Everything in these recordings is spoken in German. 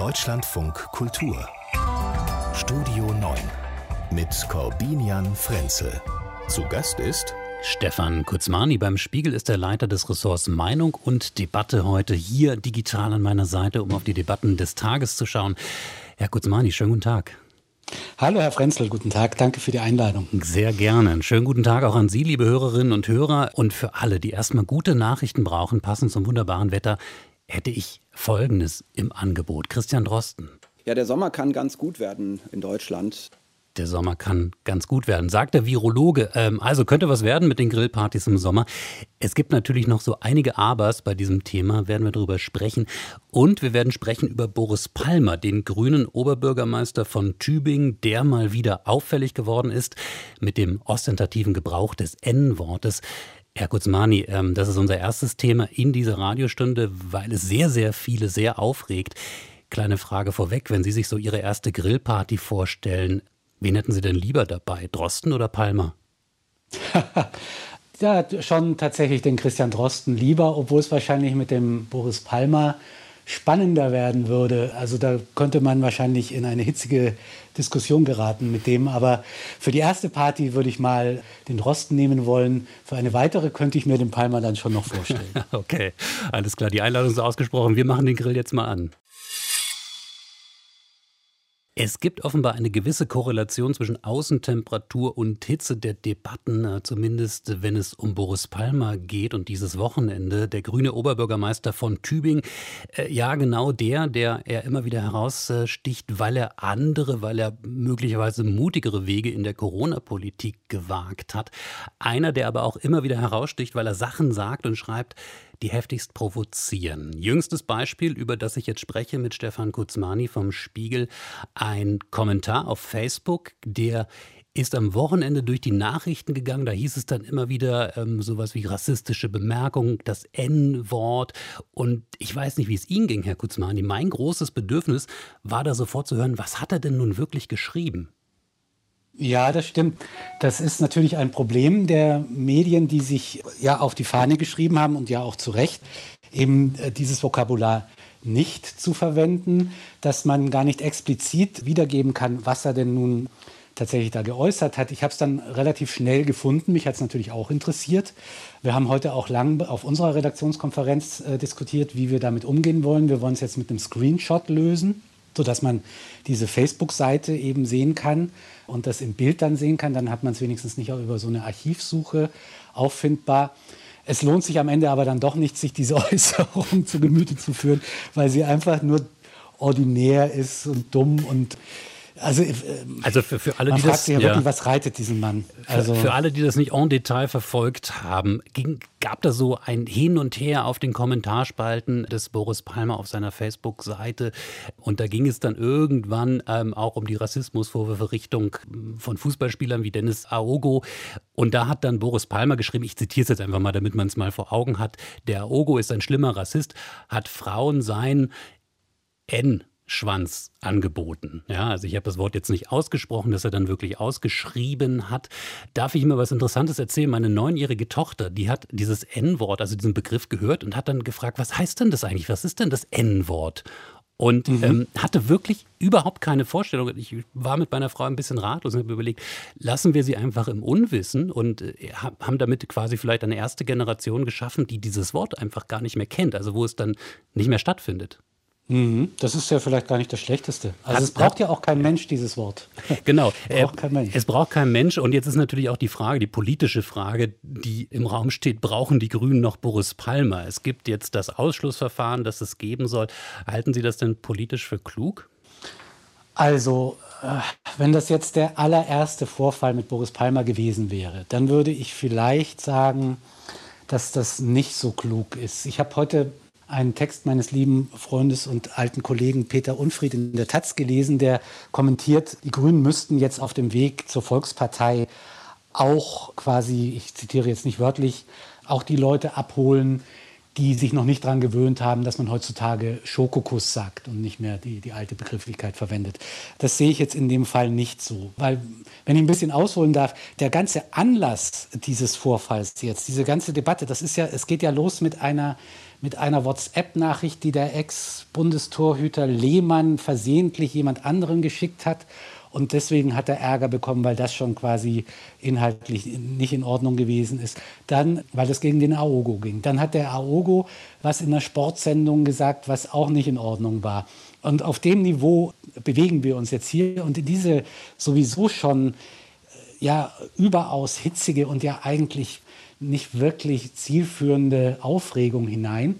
Deutschlandfunk Kultur Studio 9 mit Corbinian Frenzel. Zu Gast ist Stefan Kuzmany. Beim Spiegel ist der Leiter des Ressorts Meinung und Debatte heute hier digital an meiner Seite, um auf die Debatten des Tages zu schauen. Herr Kuzmany, schönen guten Tag. Hallo Herr Frenzel, guten Tag, danke für die Einladung. Sehr gerne. Einen schönen guten Tag auch an Sie, liebe Hörerinnen und Hörer. Und für alle, die erstmal gute Nachrichten brauchen, passend zum wunderbaren Wetter, hätte ich Folgendes im Angebot. Christian Drosten. Ja, der Sommer kann ganz gut werden in Deutschland. Der Sommer kann ganz gut werden, sagt der Virologe. Also könnte was werden mit den Grillpartys im Sommer. Es gibt natürlich noch so einige Abers bei diesem Thema, werden wir darüber sprechen. Und wir werden sprechen über Boris Palmer, den grünen Oberbürgermeister von Tübingen, der mal wieder auffällig geworden ist mit dem ostentativen Gebrauch des N-Wortes. Herr Kuzmany, das ist unser erstes Thema in dieser Radiostunde, weil es sehr, sehr viele sehr aufregt. Kleine Frage vorweg, wenn Sie sich so Ihre erste Grillparty vorstellen, wen hätten Sie denn lieber dabei, Drosten oder Palmer? Ja, schon tatsächlich den Christian Drosten lieber, obwohl es wahrscheinlich mit dem Boris Palmer spannender werden würde. Also da könnte man wahrscheinlich in eine hitzige Diskussion geraten mit dem. Aber für die erste Party würde ich mal den Drosten nehmen wollen. Für eine weitere könnte ich mir den Palmer dann schon noch vorstellen. Okay, alles klar. Die Einladung ist ausgesprochen. Wir machen den Grill jetzt mal an. Es gibt offenbar eine gewisse Korrelation zwischen Außentemperatur und Hitze der Debatten, zumindest wenn es um Boris Palmer geht und dieses Wochenende, der grüne Oberbürgermeister von Tübingen. Ja, genau der er immer wieder heraussticht, weil er möglicherweise mutigere Wege in der Corona-Politik gewagt hat. Einer, der aber auch immer wieder heraussticht, weil er Sachen sagt und schreibt, die heftigst provozieren. Jüngstes Beispiel, über das ich jetzt spreche mit Stefan Kuzmany vom Spiegel, ein Kommentar auf Facebook, der ist am Wochenende durch die Nachrichten gegangen. Da hieß es dann immer wieder sowas wie rassistische Bemerkung, das N-Wort. Und ich weiß nicht, wie es Ihnen ging, Herr Kuzmany. Mein großes Bedürfnis war da sofort zu hören, was hat er denn nun wirklich geschrieben? Ja, das stimmt. Das ist natürlich ein Problem der Medien, die sich ja auf die Fahne geschrieben haben und ja auch zu Recht, eben dieses Vokabular nicht zu verwenden, dass man gar nicht explizit wiedergeben kann, was er denn nun tatsächlich da geäußert hat. Ich habe es dann relativ schnell gefunden. Mich hat es natürlich auch interessiert. Wir haben heute auch lang auf unserer Redaktionskonferenz diskutiert, wie wir damit umgehen wollen. Wir wollen es jetzt mit einem Screenshot lösen, sodass man diese Facebook-Seite eben sehen kann und das im Bild dann sehen kann. Dann hat man es wenigstens nicht auch über so eine Archivsuche auffindbar. Es lohnt sich am Ende aber dann doch nicht, sich diese Äußerung zu Gemüte zu führen, weil sie einfach nur ordinär ist und dumm und also für alle, man die fragt das sich ja wirklich, was reitet diesen Mann? Also für alle, die das nicht en Detail verfolgt haben, gab da so ein Hin und Her auf den Kommentarspalten des Boris Palmer auf seiner Facebook-Seite. Und da ging es dann irgendwann auch um die Rassismusvorwürfe Richtung von Fußballspielern wie Dennis Aogo. Und da hat dann Boris Palmer geschrieben, ich zitiere es jetzt einfach mal, damit man es mal vor Augen hat, der Aogo ist ein schlimmer Rassist, hat Frauen sein Schwanz angeboten. Ja, also ich habe das Wort jetzt nicht ausgesprochen, das er dann wirklich ausgeschrieben hat. Darf ich mir was Interessantes erzählen? Meine 9-jährige Tochter, die hat dieses N-Wort, also diesen Begriff gehört und hat dann gefragt, was heißt denn das eigentlich? Was ist denn das N-Wort? Und hatte wirklich überhaupt keine Vorstellung. Ich war mit meiner Frau ein bisschen ratlos und habe überlegt, lassen wir sie einfach im Unwissen und haben damit quasi vielleicht eine erste Generation geschaffen, die dieses Wort einfach gar nicht mehr kennt, also wo es dann nicht mehr stattfindet. Das ist ja vielleicht gar nicht das Schlechteste. Also es braucht ja auch kein Mensch, dieses Wort. Genau, Es braucht kein Mensch. Und jetzt ist natürlich auch die Frage, die politische Frage, die im Raum steht, brauchen die Grünen noch Boris Palmer? Es gibt jetzt das Ausschlussverfahren, das es geben soll. Halten Sie das denn politisch für klug? Also, wenn das jetzt der allererste Vorfall mit Boris Palmer gewesen wäre, dann würde ich vielleicht sagen, dass das nicht so klug ist. Ich habe heute einen Text meines lieben Freundes und alten Kollegen Peter Unfried in der Taz gelesen, der kommentiert, die Grünen müssten jetzt auf dem Weg zur Volkspartei auch quasi, ich zitiere jetzt nicht wörtlich, auch die Leute abholen, die sich noch nicht daran gewöhnt haben, dass man heutzutage Schokokuss sagt und nicht mehr die alte Begrifflichkeit verwendet. Das sehe ich jetzt in dem Fall nicht so. Weil, wenn ich ein bisschen ausholen darf, der ganze Anlass dieses Vorfalls jetzt, diese ganze Debatte, es geht ja los mit einer WhatsApp-Nachricht, die der Ex-Bundestorhüter Lehmann versehentlich jemand anderen geschickt hat. Und deswegen hat er Ärger bekommen, weil das schon quasi inhaltlich nicht in Ordnung gewesen ist. Dann, weil es gegen den Aogo ging. Dann hat der Aogo was in einer Sportsendung gesagt, was auch nicht in Ordnung war. Und auf dem Niveau bewegen wir uns jetzt hier. Und in diese sowieso schon überaus hitzige und ja eigentlich nicht wirklich zielführende Aufregung hinein,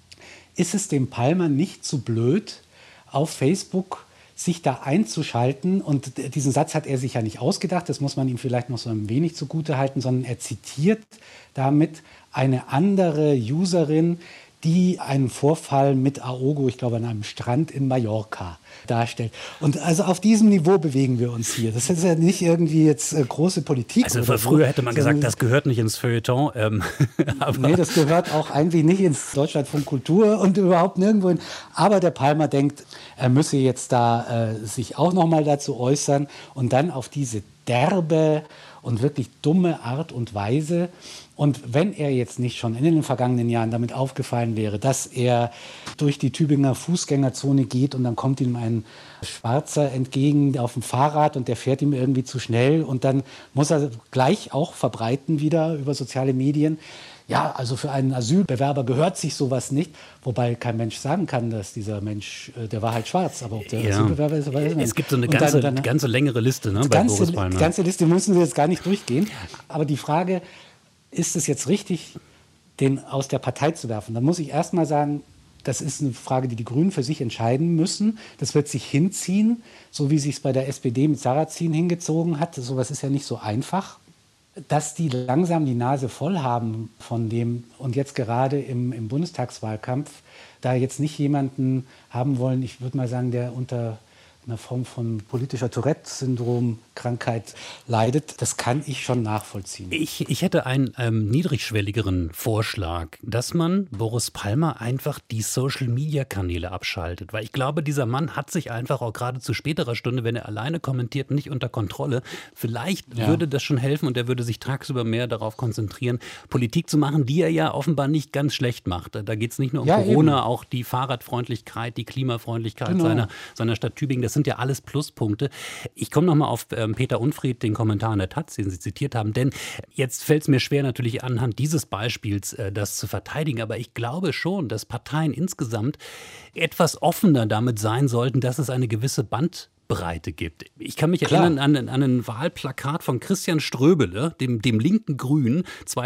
ist es dem Palmer nicht zu blöd, auf Facebook sich da einzuschalten. Und diesen Satz hat er sich ja nicht ausgedacht, das muss man ihm vielleicht noch so ein wenig zugutehalten, sondern er zitiert damit eine andere Userin, die einen Vorfall mit Aogo, ich glaube an einem Strand in Mallorca, darstellt. Und also auf diesem Niveau bewegen wir uns hier. Das ist ja nicht irgendwie jetzt große Politik. Also früher hätte man gesagt, das gehört nicht ins Feuilleton. Nee, das gehört auch eigentlich nicht ins Deutschlandfunk Kultur und überhaupt nirgendwo hin. Aber der Palmer denkt, er müsse jetzt da sich auch noch mal dazu äußern und dann auf diese derbe und wirklich dumme Art und Weise. Und wenn er jetzt nicht schon in den vergangenen Jahren damit aufgefallen wäre, dass er durch die Tübinger Fußgängerzone geht und dann kommt ihm ein Schwarzer entgegen auf dem Fahrrad und der fährt ihm irgendwie zu schnell und dann muss er gleich auch verbreiten wieder über soziale Medien. Ja, also für einen Asylbewerber gehört sich sowas nicht, wobei kein Mensch sagen kann, dass dieser Mensch, der war halt schwarz, aber ob der Asylbewerber ist, weiß ich nicht. Es gibt so eine ganze längere Liste, ne, bei Boris Palmer. Die ganze Liste müssen wir jetzt gar nicht durchgehen, aber die Frage, ist es jetzt richtig, den aus der Partei zu werfen? Dann muss ich erst mal sagen, das ist eine Frage, die die Grünen für sich entscheiden müssen. Das wird sich hinziehen, so wie sich es bei der SPD mit Sarrazin hingezogen hat. Sowas ist ja nicht so einfach. Dass die langsam die Nase voll haben von dem und jetzt gerade im Bundestagswahlkampf da jetzt nicht jemanden haben wollen, ich würde mal sagen, der unter einer Form von politischer Tourette-Syndrom-Krankheit leidet, das kann ich schon nachvollziehen. Ich hätte einen niedrigschwelligeren Vorschlag, dass man Boris Palmer einfach die Social-Media-Kanäle abschaltet. Weil ich glaube, dieser Mann hat sich einfach auch gerade zu späterer Stunde, wenn er alleine kommentiert, nicht unter Kontrolle. Vielleicht würde das schon helfen und er würde sich tagsüber mehr darauf konzentrieren, Politik zu machen, die er ja offenbar nicht ganz schlecht macht. Da geht es nicht nur um Corona, eben. Auch die Fahrradfreundlichkeit, die Klimafreundlichkeit seiner Stadt Tübingen. Das sind ja alles Pluspunkte. Ich komme nochmal auf Peter Unfried, den Kommentar in der Taz, den Sie zitiert haben, denn jetzt fällt es mir schwer, natürlich anhand dieses Beispiels das zu verteidigen, aber ich glaube schon, dass Parteien insgesamt etwas offener damit sein sollten, dass es eine gewisse Bandbreite gibt. Ich kann mich erinnern an ein Wahlplakat von Christian Ströbele, dem linken Grünen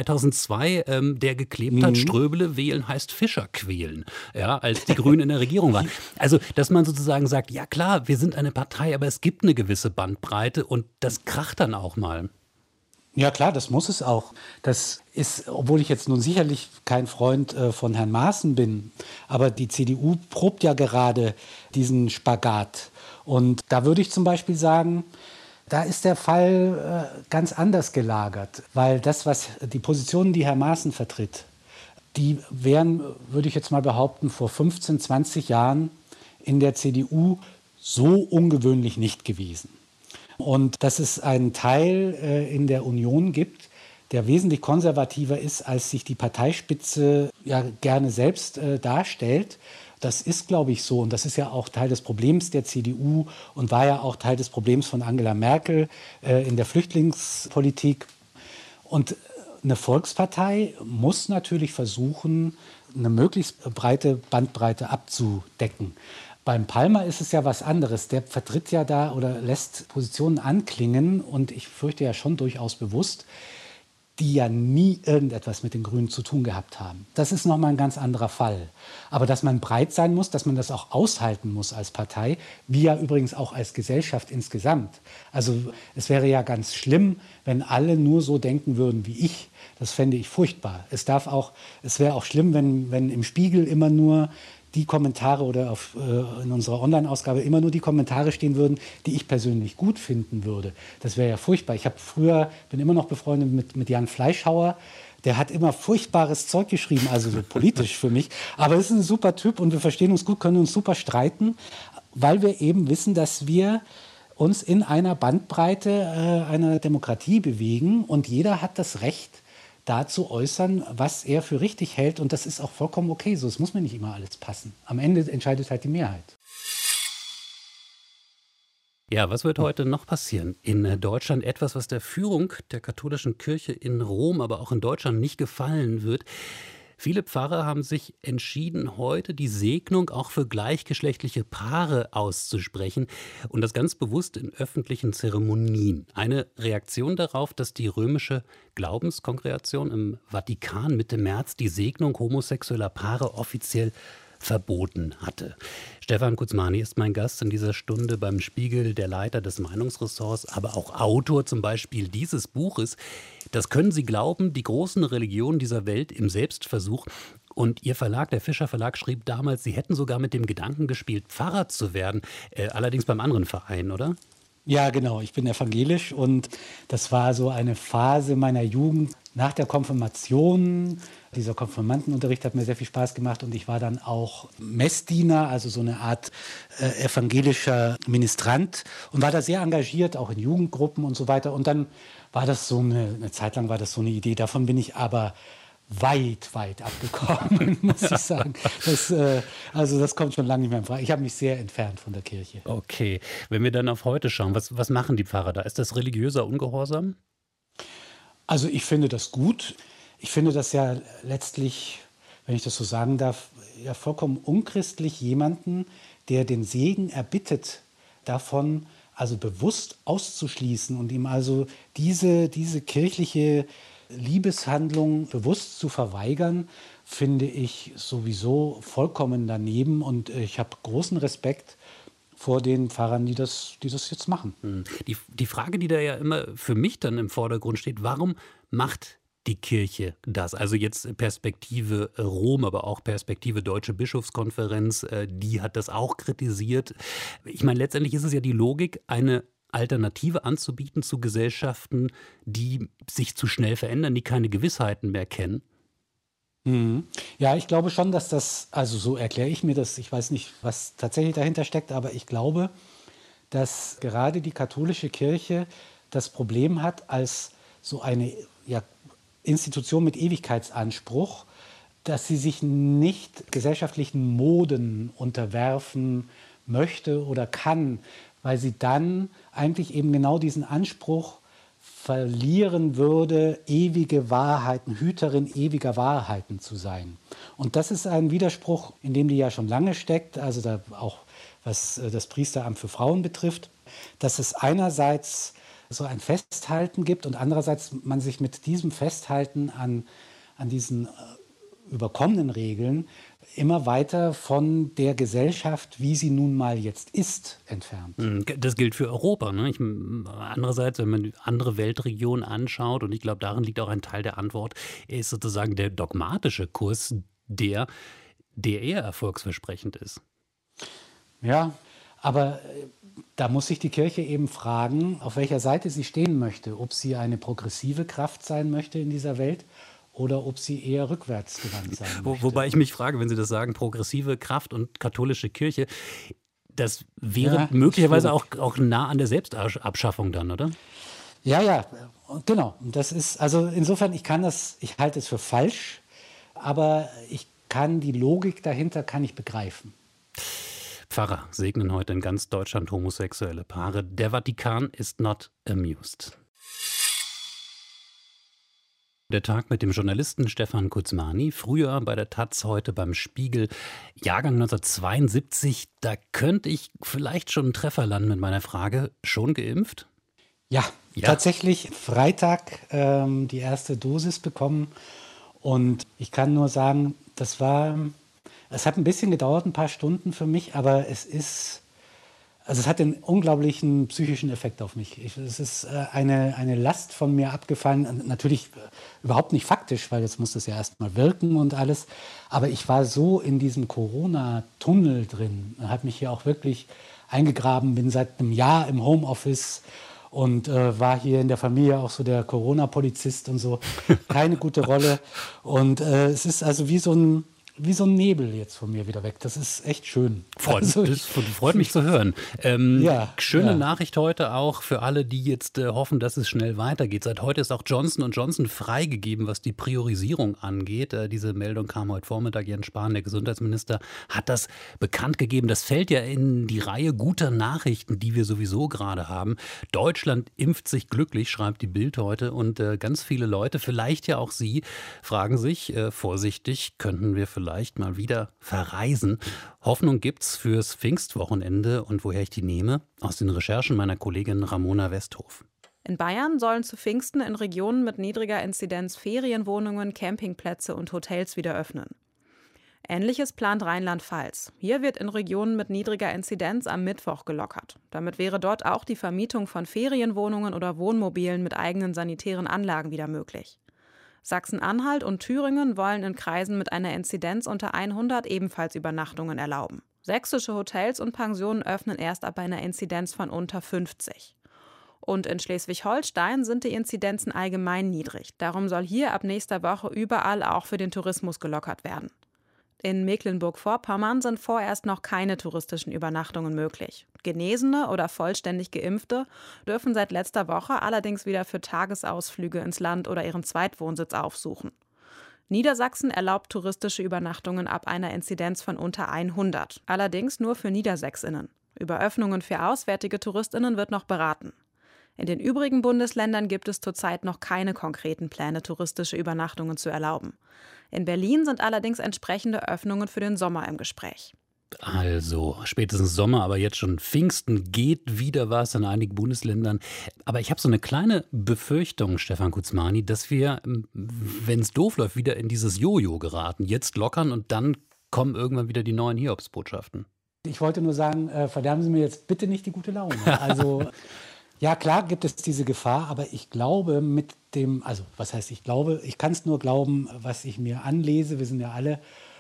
2002, der geklebt hat, Ströbele wählen heißt Fischer quälen, ja, als die Grünen in der Regierung waren. Also, dass man sozusagen sagt, ja klar, wir sind eine Partei, aber es gibt eine gewisse Bandbreite und das kracht dann auch mal. Ja klar, das muss es auch. Das ist, obwohl ich jetzt nun sicherlich kein Freund von Herrn Maaßen bin, aber die CDU probt ja gerade diesen Spagat. Und da würde ich zum Beispiel sagen, da ist der Fall ganz anders gelagert, weil die Positionen, die Herr Maaßen vertritt, die wären, würde ich jetzt mal behaupten, vor 15, 20 Jahren in der CDU so ungewöhnlich nicht gewesen. Und dass es einen Teil in der Union gibt, der wesentlich konservativer ist, als sich die Parteispitze ja gerne selbst darstellt. Das ist, glaube ich, so. Und das ist ja auch Teil des Problems der CDU und war ja auch Teil des Problems von Angela Merkel in der Flüchtlingspolitik. Und eine Volkspartei muss natürlich versuchen, eine möglichst breite Bandbreite abzudecken. Beim Palmer ist es ja was anderes. Der vertritt ja da oder lässt Positionen anklingen und ich fürchte ja schon durchaus bewusst, die ja nie irgendetwas mit den Grünen zu tun gehabt haben. Das ist nochmal ein ganz anderer Fall. Aber dass man breit sein muss, dass man das auch aushalten muss als Partei, wie ja übrigens auch als Gesellschaft insgesamt. Also es wäre ja ganz schlimm, wenn alle nur so denken würden wie ich. Das fände ich furchtbar. Es wäre auch schlimm, wenn im Spiegel immer nur die Kommentare oder in unserer Online-Ausgabe immer nur die Kommentare stehen würden, die ich persönlich gut finden würde. Das wäre ja furchtbar. Bin immer noch befreundet mit Jan Fleischhauer, Der hat immer furchtbares Zeug geschrieben, also so politisch für mich. Aber ist ein super Typ und wir verstehen uns gut, können uns super streiten, weil wir eben wissen, dass wir uns in einer Bandbreite einer Demokratie bewegen und jeder hat das Recht, da zu äußern, was er für richtig hält. Und das ist auch vollkommen okay so. Es muss mir nicht immer alles passen. Am Ende entscheidet halt die Mehrheit. Ja, was wird heute noch passieren? In Deutschland etwas, was der Führung der katholischen Kirche in Rom, aber auch in Deutschland nicht gefallen wird. Viele Pfarrer haben sich entschieden, heute die Segnung auch für gleichgeschlechtliche Paare auszusprechen und das ganz bewusst in öffentlichen Zeremonien. Eine Reaktion darauf, dass die römische Glaubenskongregation im Vatikan Mitte März die Segnung homosexueller Paare offiziell verboten hatte. Stefan Kuzmany ist mein Gast in dieser Stunde beim Spiegel, der Leiter des Meinungsressorts, aber auch Autor zum Beispiel dieses Buches. Das können Sie glauben, die großen Religionen dieser Welt im Selbstversuch. Und Ihr Verlag, der Fischer Verlag, schrieb damals, Sie hätten sogar mit dem Gedanken gespielt, Pfarrer zu werden. Allerdings beim anderen Verein, oder? Ja, genau. Ich bin evangelisch und das war so eine Phase meiner Jugend nach der Konfirmation. Dieser Konfirmandenunterricht hat mir sehr viel Spaß gemacht und ich war dann auch Messdiener, also so eine Art evangelischer Ministrant und war da sehr engagiert, auch in Jugendgruppen und so weiter. Und dann war das so eine Zeit lang war das so eine Idee. Davon bin ich aber weit abgekommen, muss ich sagen. Das kommt schon lange nicht mehr in Frage. Ich habe mich sehr entfernt von der Kirche. Okay, wenn wir dann auf heute schauen, was machen die Pfarrer da? Ist das religiöser Ungehorsam? Also ich finde das gut. Ich finde das ja letztlich, wenn ich das so sagen darf, ja vollkommen unchristlich, jemanden, der den Segen erbittet, davon also bewusst auszuschließen und ihm also diese kirchliche Liebeshandlung bewusst zu verweigern, finde ich sowieso vollkommen daneben. Und ich habe großen Respekt vor den Pfarrern, die das jetzt machen. Die Frage, die da ja immer für mich dann im Vordergrund steht, warum macht die Kirche das? Also jetzt Perspektive Rom, aber auch Perspektive Deutsche Bischofskonferenz, die hat das auch kritisiert. Ich meine, letztendlich ist es ja die Logik, eine Alternative anzubieten zu Gesellschaften, die sich zu schnell verändern, die keine Gewissheiten mehr kennen. Ja, ich glaube schon, dass das, also so erkläre ich mir das, ich weiß nicht, was tatsächlich dahinter steckt, aber ich glaube, dass gerade die katholische Kirche das Problem hat, als so eine Institution mit Ewigkeitsanspruch, dass sie sich nicht gesellschaftlichen Moden unterwerfen möchte oder kann, weil sie dann eigentlich eben genau diesen Anspruch verlieren würde, ewige Wahrheiten, Hüterin ewiger Wahrheiten zu sein. Und das ist ein Widerspruch, in dem die ja schon lange steckt, also da auch was das Priesteramt für Frauen betrifft, dass es einerseits so ein Festhalten gibt und andererseits man sich mit diesem Festhalten an diesen überkommenen Regeln immer weiter von der Gesellschaft, wie sie nun mal jetzt ist, entfernt. Das gilt für Europa, ne? Andererseits, wenn man andere Weltregionen anschaut, und ich glaube, darin liegt auch ein Teil der Antwort, ist sozusagen der dogmatische Kurs, der eher erfolgsversprechend ist. Ja, aber da muss sich die Kirche eben fragen, auf welcher Seite sie stehen möchte, ob sie eine progressive Kraft sein möchte in dieser Welt oder ob sie eher rückwärtsgewandt sein möchte. Wobei ich mich frage, wenn Sie das sagen, progressive Kraft und katholische Kirche, das wäre möglicherweise auch nah an der Selbstabschaffung dann, oder? Ja, genau. Das ist, also insofern, ich halte es für falsch, aber ich kann die Logik dahinter begreifen. Pfarrer segnen heute in ganz Deutschland homosexuelle Paare. Der Vatikan ist not amused. Der Tag mit dem Journalisten Stefan Kuzmany, früher bei der taz, heute beim Spiegel, Jahrgang 1972. Da könnte ich vielleicht schon einen Treffer landen mit meiner Frage. Schon geimpft? Ja. Tatsächlich Freitag die erste Dosis bekommen. Und ich kann nur sagen, es hat ein bisschen gedauert, ein paar Stunden für mich, aber es hat einen unglaublichen psychischen Effekt auf mich. Es ist eine Last von mir abgefallen. Natürlich überhaupt nicht faktisch, weil jetzt muss das ja erstmal wirken und alles. Aber ich war so in diesem Corona-Tunnel drin. Habe mich hier auch wirklich eingegraben, bin seit einem Jahr im Homeoffice und war hier in der Familie auch so der Corona-Polizist und so. Keine gute Rolle. Und es ist also wie so ein Nebel jetzt von mir wieder weg. Das ist echt schön. Freut mich zu hören. Schöne Nachricht heute auch für alle, die jetzt hoffen, dass es schnell weitergeht. Seit heute ist auch Johnson & Johnson freigegeben, was die Priorisierung angeht. Diese Meldung kam heute Vormittag. Jens Spahn, der Gesundheitsminister, hat das bekannt gegeben. Das fällt ja in die Reihe guter Nachrichten, die wir sowieso gerade haben. Deutschland impft sich glücklich, schreibt die Bild heute. Und ganz viele Leute, vielleicht ja auch Sie, fragen sich vorsichtig, könnten wir vielleicht mal wieder verreisen. Hoffnung gibt's fürs Pfingstwochenende und woher ich die nehme? Aus den Recherchen meiner Kollegin Ramona Westhof. In Bayern sollen zu Pfingsten in Regionen mit niedriger Inzidenz Ferienwohnungen, Campingplätze und Hotels wieder öffnen. Ähnliches plant Rheinland-Pfalz. Hier wird in Regionen mit niedriger Inzidenz am Mittwoch gelockert. Damit wäre dort auch die Vermietung von Ferienwohnungen oder Wohnmobilen mit eigenen sanitären Anlagen wieder möglich. Sachsen-Anhalt und Thüringen wollen in Kreisen mit einer Inzidenz unter 100 ebenfalls Übernachtungen erlauben. Sächsische Hotels und Pensionen öffnen erst ab einer Inzidenz von unter 50. Und in Schleswig-Holstein sind die Inzidenzen allgemein niedrig. Darum soll hier ab nächster Woche überall auch für den Tourismus gelockert werden. In Mecklenburg-Vorpommern sind vorerst noch keine touristischen Übernachtungen möglich. Genesene oder vollständig Geimpfte dürfen seit letzter Woche allerdings wieder für Tagesausflüge ins Land oder ihren Zweitwohnsitz aufsuchen. Niedersachsen erlaubt touristische Übernachtungen ab einer Inzidenz von unter 100, allerdings nur für Niedersächsinnen. Über Öffnungen für auswärtige Touristinnen wird noch beraten. In den übrigen Bundesländern gibt es zurzeit noch keine konkreten Pläne, touristische Übernachtungen zu erlauben. In Berlin sind allerdings entsprechende Öffnungen für den Sommer im Gespräch. Also spätestens Sommer, aber jetzt schon Pfingsten geht wieder was in einigen Bundesländern. Aber ich habe so eine kleine Befürchtung, Stefan Kuzmani, dass wir, wenn es doof läuft, wieder in dieses Jojo geraten. Jetzt lockern und dann kommen irgendwann wieder die neuen Hiobsbotschaften. Ich wollte nur sagen, verderben Sie mir jetzt bitte nicht die gute Laune. Also ja, klar gibt es diese Gefahr, aber ich glaube was heißt ich glaube? Ich kann es nur glauben, was ich mir anlese. Wir sind ja alle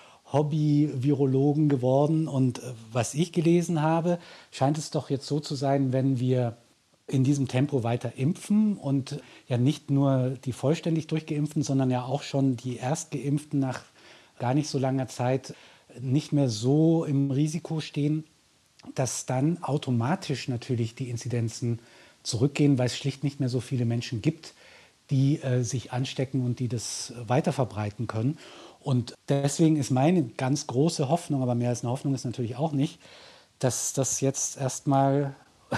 Hobby-Virologen geworden und was ich gelesen habe, scheint es doch jetzt so zu sein, wenn wir in diesem Tempo weiter impfen und ja nicht nur die vollständig Durchgeimpften, sondern ja auch schon die Erstgeimpften nach gar nicht so langer Zeit nicht mehr so im Risiko stehen, dass dann automatisch natürlich die Inzidenzen zurückgehen, weil es schlicht nicht mehr so viele Menschen gibt, die sich anstecken und die das weiter verbreiten können. Und deswegen ist meine ganz große Hoffnung, aber mehr als eine Hoffnung ist natürlich auch nicht, dass das jetzt erstmal,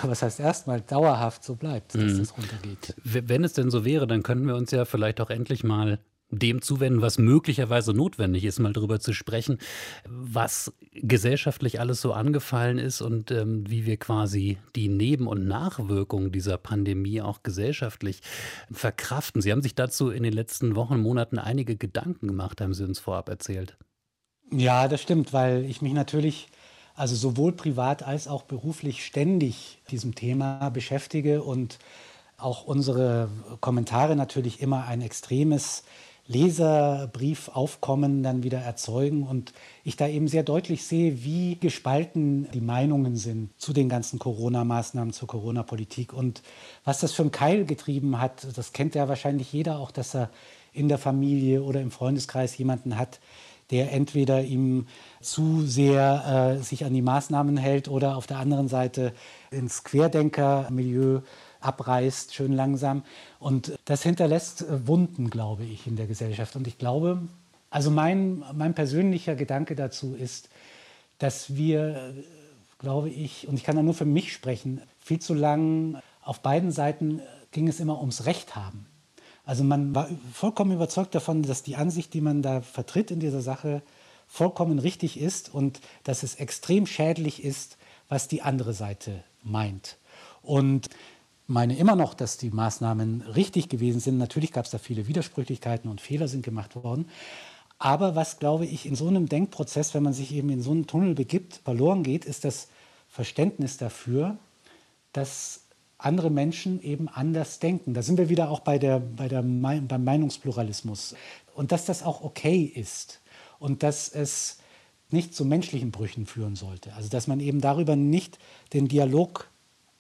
dauerhaft so bleibt, dass das runtergeht. Wenn es denn so wäre, dann könnten wir uns ja vielleicht auch endlich mal dem zuwenden, was möglicherweise notwendig ist, mal darüber zu sprechen, was gesellschaftlich alles so angefallen ist und wie wir quasi die Neben- und Nachwirkungen dieser Pandemie auch gesellschaftlich verkraften. Sie haben sich dazu in den letzten Wochen, Monaten einige Gedanken gemacht, haben Sie uns vorab erzählt. Ja, das stimmt, weil ich mich natürlich also sowohl privat als auch beruflich ständig diesem Thema beschäftige und auch unsere Kommentare natürlich immer ein extremes Leserbriefaufkommen dann wieder erzeugen und ich da eben sehr deutlich sehe, wie gespalten die Meinungen sind zu den ganzen Corona-Maßnahmen, zur Corona-Politik und was das für einen Keil getrieben hat, das kennt ja wahrscheinlich jeder auch, dass er in der Familie oder im Freundeskreis jemanden hat, der entweder ihm zu sehr sich an die Maßnahmen hält oder auf der anderen Seite ins Querdenker-Milieu abreißt, schön langsam. Und das hinterlässt Wunden, glaube ich, in der Gesellschaft. Und ich glaube, also mein persönlicher Gedanke dazu ist, dass wir, glaube ich, und ich kann da nur für mich sprechen, viel zu lang auf beiden Seiten ging es immer ums Recht haben. Also man war vollkommen überzeugt davon, dass die Ansicht, die man da vertritt in dieser Sache, vollkommen richtig ist und dass es extrem schädlich ist, was die andere Seite meint. Und meine immer noch, dass die Maßnahmen richtig gewesen sind. Natürlich gab es da viele Widersprüchlichkeiten und Fehler sind gemacht worden. Aber was, glaube ich, in so einem Denkprozess, wenn man sich eben in so einen Tunnel begibt, verloren geht, ist das Verständnis dafür, dass andere Menschen eben anders denken. Da sind wir wieder auch beim Meinungspluralismus. Und dass das auch okay ist und dass es nicht zu menschlichen Brüchen führen sollte. Also dass man eben darüber nicht den Dialog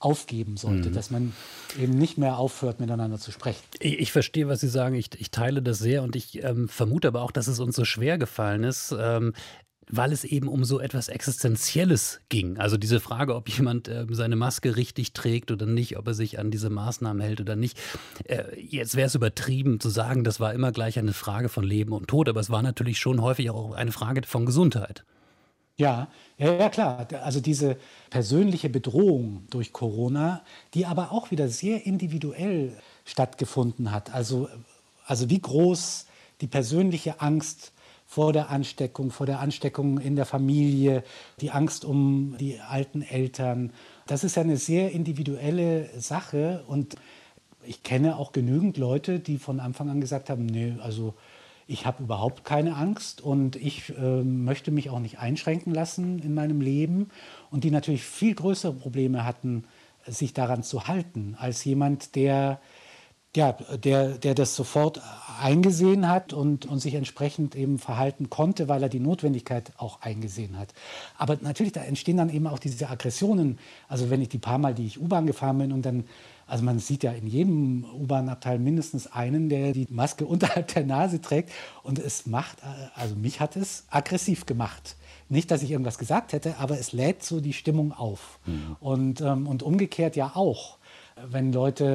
aufgeben sollte, dass man eben nicht mehr aufhört, miteinander zu sprechen. Ich verstehe, was Sie sagen. Ich teile das sehr und ich vermute aber auch, dass es uns so schwer gefallen ist, weil es eben um so etwas Existenzielles ging. Also diese Frage, ob jemand seine Maske richtig trägt oder nicht, ob er sich an diese Maßnahmen hält oder nicht. Jetzt wäre es übertrieben zu sagen, das war immer gleich eine Frage von Leben und Tod, aber es war natürlich schon häufig auch eine Frage von Gesundheit. Ja, klar. Also diese persönliche Bedrohung durch Corona, die aber auch wieder sehr individuell stattgefunden hat. Also wie groß die persönliche Angst vor der Ansteckung in der Familie, die Angst um die alten Eltern. Das ist ja eine sehr individuelle Sache und ich kenne auch genügend Leute, die von Anfang an gesagt haben, nee, also ich habe überhaupt keine Angst und ich möchte mich auch nicht einschränken lassen in meinem Leben und die natürlich viel größere Probleme hatten, sich daran zu halten, als jemand, der das sofort eingesehen hat und sich entsprechend eben verhalten konnte, weil er die Notwendigkeit auch eingesehen hat. Aber natürlich, da entstehen dann eben auch diese Aggressionen. Also wenn ich die paar Mal, die ich U-Bahn gefahren bin und dann, also man sieht ja in jedem U-Bahn-Abteil mindestens einen, der die Maske unterhalb der Nase trägt und mich hat es aggressiv gemacht. Nicht, dass ich irgendwas gesagt hätte, aber es lädt so die Stimmung auf. Und umgekehrt ja auch, wenn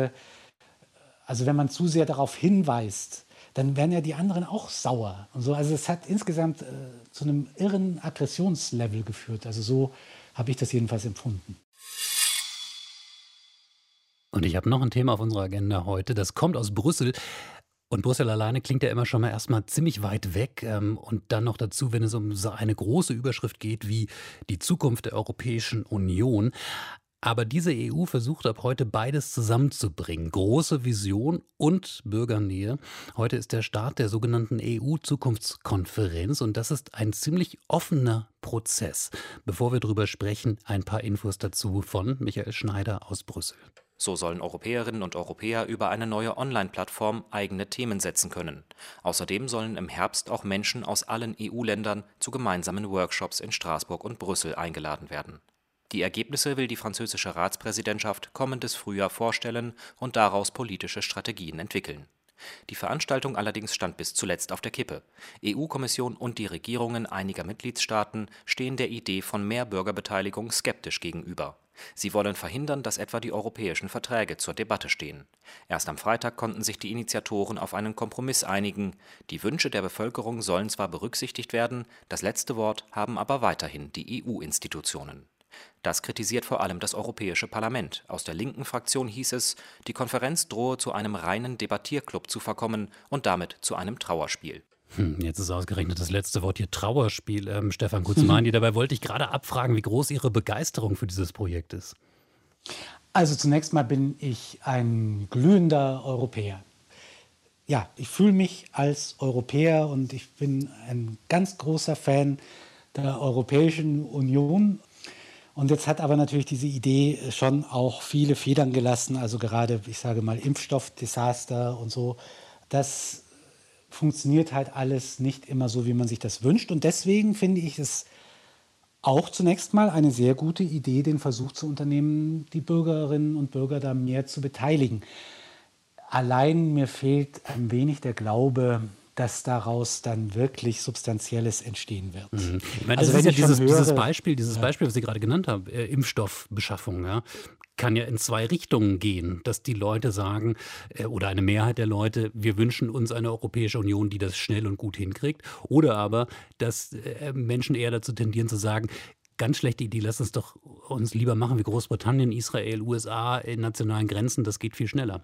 man zu sehr darauf hinweist, dann werden ja die anderen auch sauer. Und so. Also es hat insgesamt zu einem irren Aggressionslevel geführt. Also so habe ich das jedenfalls empfunden. Und ich habe noch ein Thema auf unserer Agenda heute, das kommt aus Brüssel. Und Brüssel alleine klingt ja immer schon mal erstmal ziemlich weit weg. Und dann noch dazu, wenn es um so eine große Überschrift geht wie die Zukunft der Europäischen Union. Aber diese EU versucht ab heute beides zusammenzubringen. Große Vision und Bürgernähe. Heute ist der Start der sogenannten EU-Zukunftskonferenz und das ist ein ziemlich offener Prozess. Bevor wir drüber sprechen, ein paar Infos dazu von Michael Schneider aus Brüssel. So sollen Europäerinnen und Europäer über eine neue Online-Plattform eigene Themen setzen können. Außerdem sollen im Herbst auch Menschen aus allen EU-Ländern zu gemeinsamen Workshops in Straßburg und Brüssel eingeladen werden. Die Ergebnisse will die französische Ratspräsidentschaft kommendes Frühjahr vorstellen und daraus politische Strategien entwickeln. Die Veranstaltung allerdings stand bis zuletzt auf der Kippe. EU-Kommission und die Regierungen einiger Mitgliedstaaten stehen der Idee von mehr Bürgerbeteiligung skeptisch gegenüber. Sie wollen verhindern, dass etwa die europäischen Verträge zur Debatte stehen. Erst am Freitag konnten sich die Initiatoren auf einen Kompromiss einigen. Die Wünsche der Bevölkerung sollen zwar berücksichtigt werden, das letzte Wort haben aber weiterhin die EU-Institutionen. Das kritisiert vor allem das Europäische Parlament. Aus der linken Fraktion hieß es, die Konferenz drohe zu einem reinen Debattierclub zu verkommen und damit zu einem Trauerspiel. Jetzt ist ausgerechnet das letzte Wort hier Trauerspiel. Stefan Guzmani, dabei wollte ich gerade abfragen, wie groß Ihre Begeisterung für dieses Projekt ist. Also zunächst mal bin ich ein glühender Europäer. Ja, ich fühle mich als Europäer und ich bin ein ganz großer Fan der Europäischen Union. Und jetzt hat aber natürlich diese Idee schon auch viele Federn gelassen, also gerade, ich sage mal, Impfstoffdesaster und so. Das funktioniert halt alles nicht immer so, wie man sich das wünscht. Und deswegen finde ich es auch zunächst mal eine sehr gute Idee, den Versuch zu unternehmen, die Bürgerinnen und Bürger da mehr zu beteiligen. Allein mir fehlt ein wenig der Glaube, dass daraus dann wirklich Substanzielles entstehen wird. Ich meine, also wenn ja dieses Beispiel, was Sie gerade genannt haben, Impfstoffbeschaffung, ja, kann ja in zwei Richtungen gehen, dass die Leute sagen, oder eine Mehrheit der Leute, wir wünschen uns eine Europäische Union, die das schnell und gut hinkriegt, oder aber, dass Menschen eher dazu tendieren zu sagen, ganz schlechte Idee, lass uns doch uns lieber machen wie Großbritannien, Israel, USA in nationalen Grenzen, das geht viel schneller.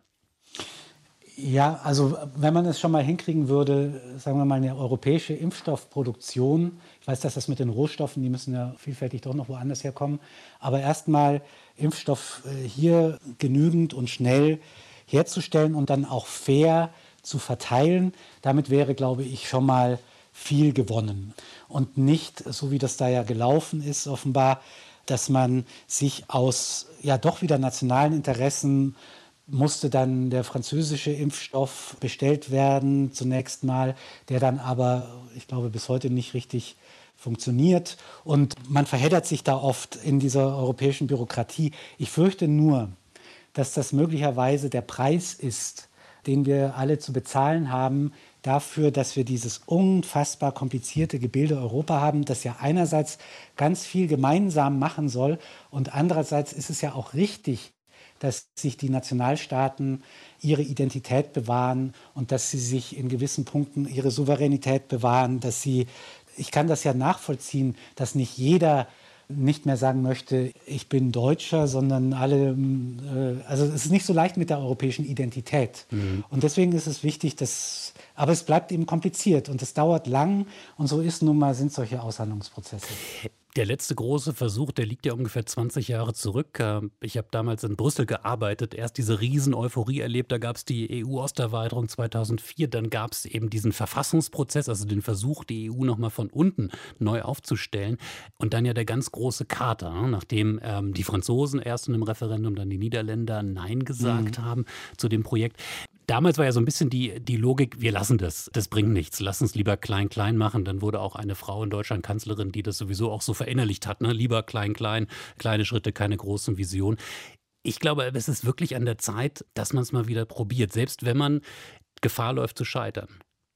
Ja, also wenn man es schon mal hinkriegen würde, sagen wir mal eine europäische Impfstoffproduktion, ich weiß, dass das mit den Rohstoffen, die müssen ja vielfältig doch noch woanders herkommen, aber erstmal Impfstoff hier genügend und schnell herzustellen und dann auch fair zu verteilen, damit wäre, glaube ich, schon mal viel gewonnen. Und nicht, so wie das da ja gelaufen ist, offenbar, dass man sich aus ja doch wieder nationalen Interessen musste dann der französische Impfstoff bestellt werden, zunächst mal, der dann aber, ich glaube, bis heute nicht richtig funktioniert. Und man verheddert sich da oft in dieser europäischen Bürokratie. Ich fürchte nur, dass das möglicherweise der Preis ist, den wir alle zu bezahlen haben, dafür, dass wir dieses unfassbar komplizierte Gebilde Europa haben, das ja einerseits ganz viel gemeinsam machen soll und andererseits ist es ja auch richtig, dass sich die Nationalstaaten ihre Identität bewahren und dass sie sich in gewissen Punkten ihre Souveränität bewahren, ich kann das ja nachvollziehen, dass nicht jeder nicht mehr sagen möchte, ich bin Deutscher, sondern alle, also es ist nicht so leicht mit der europäischen Identität. Und deswegen ist es wichtig, aber es bleibt eben kompliziert und es dauert lang und so sind solche Aushandlungsprozesse. Der letzte große Versuch, der liegt ja ungefähr 20 Jahre zurück. Ich habe damals in Brüssel gearbeitet, erst diese Riesen-Euphorie erlebt, da gab es die EU-Osterweiterung 2004, dann gab es eben diesen Verfassungsprozess, also den Versuch, die EU nochmal von unten neu aufzustellen und dann ja der ganz große Kater, nachdem die Franzosen erst in einem Referendum, dann die Niederländer Nein gesagt haben zu dem Projekt. Damals war ja so ein bisschen die Logik, wir lassen das bringt nichts, lass uns lieber klein machen. Dann wurde auch eine Frau in Deutschland Kanzlerin, die das sowieso auch so verinnerlicht hat, ne? Lieber klein, kleine Schritte, keine großen Visionen. Ich glaube, es ist wirklich an der Zeit, dass man es mal wieder probiert, selbst wenn man Gefahr läuft zu scheitern.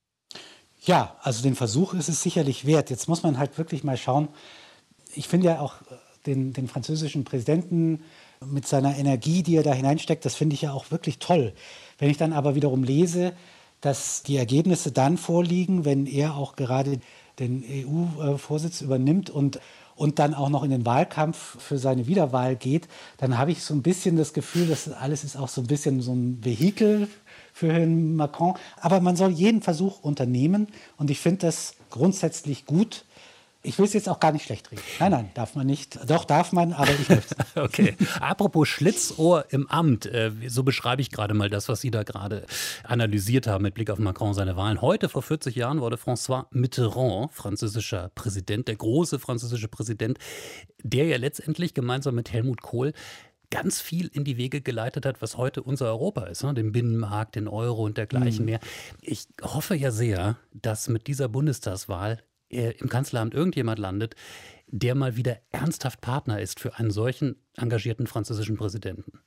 Ja, also den Versuch ist es sicherlich wert. Jetzt muss man halt wirklich mal schauen. Ich finde ja auch den französischen Präsidenten mit seiner Energie, die er da hineinsteckt, das finde ich ja auch wirklich toll. Wenn ich dann aber wiederum lese, dass die Ergebnisse dann vorliegen, wenn er auch gerade den EU-Vorsitz übernimmt und dann auch noch in den Wahlkampf für seine Wiederwahl geht, dann habe ich so ein bisschen das Gefühl, dass alles ist auch so ein bisschen so ein Vehikel für Herrn Macron. Aber man soll jeden Versuch unternehmen und ich finde das grundsätzlich gut. Ich will es jetzt auch gar nicht schlecht reden. Nein, darf man nicht. Doch, darf man, aber ich möchte es. Okay. Apropos Schlitzohr im Amt. So beschreibe ich gerade mal das, was Sie da gerade analysiert haben mit Blick auf Macron, seine Wahlen. Heute, vor 40 Jahren, wurde François Mitterrand französischer Präsident, der große französische Präsident, der ja letztendlich gemeinsam mit Helmut Kohl ganz viel in die Wege geleitet hat, was heute unser Europa ist, ne? Den Binnenmarkt, den Euro und dergleichen mehr. Ich hoffe ja sehr, dass mit dieser Bundestagswahl im Kanzleramt irgendjemand landet, der mal wieder ernsthaft Partner ist für einen solchen engagierten französischen Präsidenten.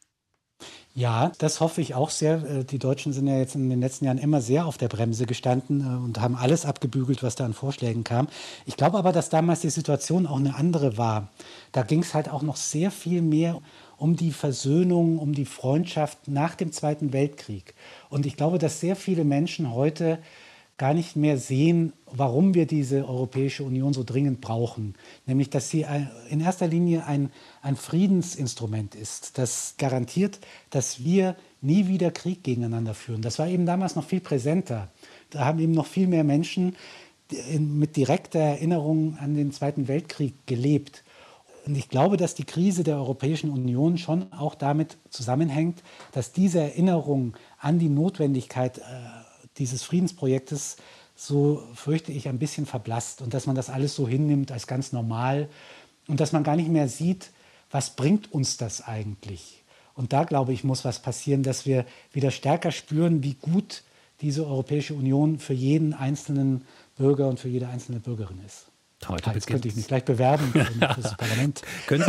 Ja, das hoffe ich auch sehr. Die Deutschen sind ja jetzt in den letzten Jahren immer sehr auf der Bremse gestanden und haben alles abgebügelt, was da an Vorschlägen kam. Ich glaube aber, dass damals die Situation auch eine andere war. Da ging es halt auch noch sehr viel mehr um die Versöhnung, um die Freundschaft nach dem Zweiten Weltkrieg. Und ich glaube, dass sehr viele Menschen heute gar nicht mehr sehen, warum wir diese Europäische Union so dringend brauchen. Nämlich, dass sie in erster Linie ein Friedensinstrument ist, das garantiert, dass wir nie wieder Krieg gegeneinander führen. Das war eben damals noch viel präsenter. Da haben eben noch viel mehr Menschen mit direkter Erinnerung an den Zweiten Weltkrieg gelebt. Und ich glaube, dass die Krise der Europäischen Union schon auch damit zusammenhängt, dass diese Erinnerung an die Notwendigkeit dieses Friedensprojektes, so fürchte ich, ein bisschen verblasst und dass man das alles so hinnimmt als ganz normal und dass man gar nicht mehr sieht, was bringt uns das eigentlich? Und da, glaube ich, muss was passieren, dass wir wieder stärker spüren, wie gut diese Europäische Union für jeden einzelnen Bürger und für jede einzelne Bürgerin ist. Jetzt könnte ich mich gleich bewerben für das Parlament.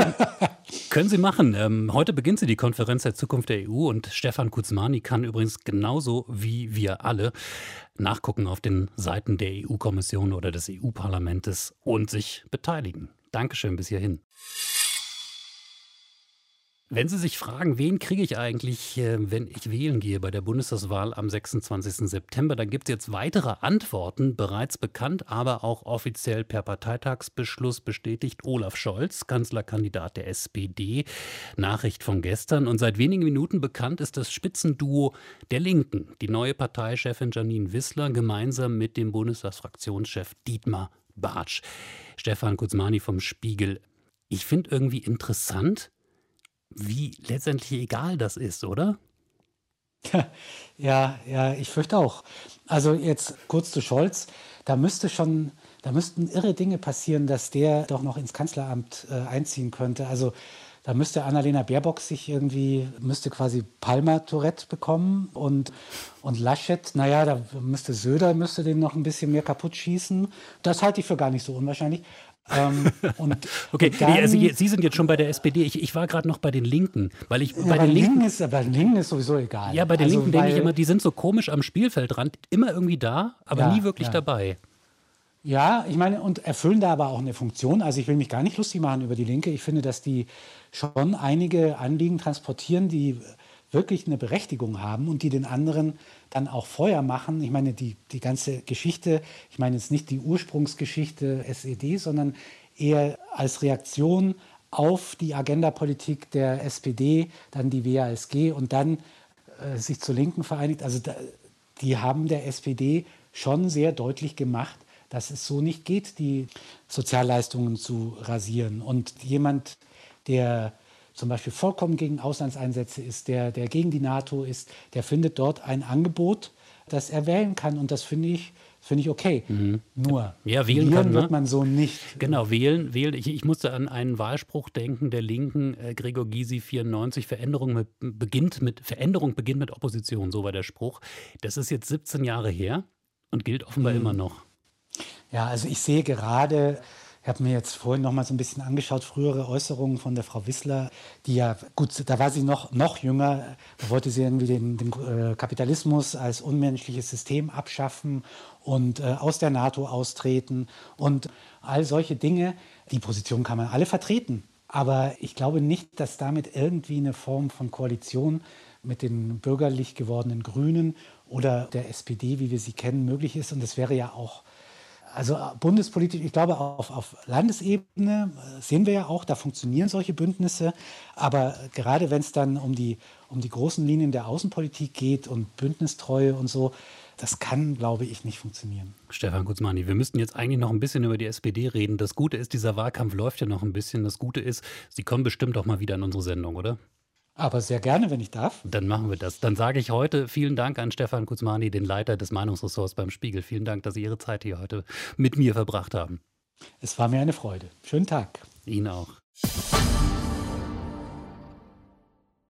Können Sie machen. Heute beginnt die Konferenz der Zukunft der EU und Stefan Kuzmany kann übrigens genauso wie wir alle nachgucken auf den Seiten der EU-Kommission oder des EU-Parlaments und sich beteiligen. Dankeschön bis hierhin. Wenn Sie sich fragen, wen kriege ich eigentlich, wenn ich wählen gehe bei der Bundestagswahl am 26. September, dann gibt es jetzt weitere Antworten, bereits bekannt, aber auch offiziell per Parteitagsbeschluss bestätigt. Olaf Scholz, Kanzlerkandidat der SPD, Nachricht von gestern. Und seit wenigen Minuten bekannt ist das Spitzenduo der Linken, die neue Parteichefin Janine Wissler gemeinsam mit dem Bundestagsfraktionschef Dietmar Bartsch. Stefan Kuzmany vom Spiegel. Ich finde irgendwie interessant, wie letztendlich egal das ist, oder? Ja, ich fürchte auch. Also jetzt kurz zu Scholz. Da müssten irre Dinge passieren, dass der doch noch ins Kanzleramt einziehen könnte. Also Da müsste Annalena Baerbock müsste quasi Palmer-Tourette bekommen und Laschet, da müsste Söder den noch ein bisschen mehr kaputt schießen. Das halte ich für gar nicht so unwahrscheinlich. Okay, also Sie sind jetzt schon bei der SPD. Ich war gerade noch bei den Linken, weil bei den Linken ist sowieso egal. Ja, bei den Linken denke ich immer, die sind so komisch am Spielfeldrand, immer irgendwie da, aber nie wirklich dabei. Ja, ich meine, und erfüllen da aber auch eine Funktion. Also ich will mich gar nicht lustig machen über die Linke. Ich finde, dass die schon einige Anliegen transportieren, die wirklich eine Berechtigung haben und die den anderen dann auch Feuer machen. Ich meine, die ganze Geschichte, ich meine jetzt nicht die Ursprungsgeschichte SED, sondern eher als Reaktion auf die Agendapolitik der SPD, dann die WASG und dann sich zur Linken vereinigt. Also die haben der SPD schon sehr deutlich gemacht, dass es so nicht geht, die Sozialleistungen zu rasieren. Und jemand, der zum Beispiel vollkommen gegen Auslandseinsätze ist, der gegen die NATO ist, der findet dort ein Angebot, das er wählen kann. Und das finde ich okay. Nur wählen kann, wird man so nicht. Genau, wählen. Ich musste an einen Wahlspruch denken der Linken, Gregor Gysi 94, Veränderung beginnt mit Opposition, so war der Spruch. Das ist jetzt 17 Jahre her und gilt offenbar immer noch. Ja, also ich sehe gerade, ich habe mir jetzt vorhin noch mal so ein bisschen angeschaut, frühere Äußerungen von der Frau Wissler, die ja, gut, da war sie noch jünger, da wollte sie irgendwie den Kapitalismus als unmenschliches System abschaffen und aus der NATO austreten und all solche Dinge. Die Position kann man alle vertreten, aber ich glaube nicht, dass damit irgendwie eine Form von Koalition mit den bürgerlich gewordenen Grünen oder der SPD, wie wir sie kennen, möglich ist. Und das wäre ja auch, also bundespolitisch, ich glaube, auf Landesebene sehen wir ja auch, da funktionieren solche Bündnisse. Aber gerade wenn es dann um die großen Linien der Außenpolitik geht und Bündnistreue und so, das kann, glaube ich, nicht funktionieren. Stefan Guzmani, wir müssten jetzt eigentlich noch ein bisschen über die SPD reden. Das Gute ist, dieser Wahlkampf läuft ja noch ein bisschen. Das Gute ist, Sie kommen bestimmt auch mal wieder in unsere Sendung, oder? Aber sehr gerne, wenn ich darf. Dann machen wir das. Dann sage ich heute vielen Dank an Stefan Guzmani, den Leiter des Meinungsressorts beim Spiegel. Vielen Dank, dass Sie Ihre Zeit hier heute mit mir verbracht haben. Es war mir eine Freude. Schönen Tag. Ihnen auch.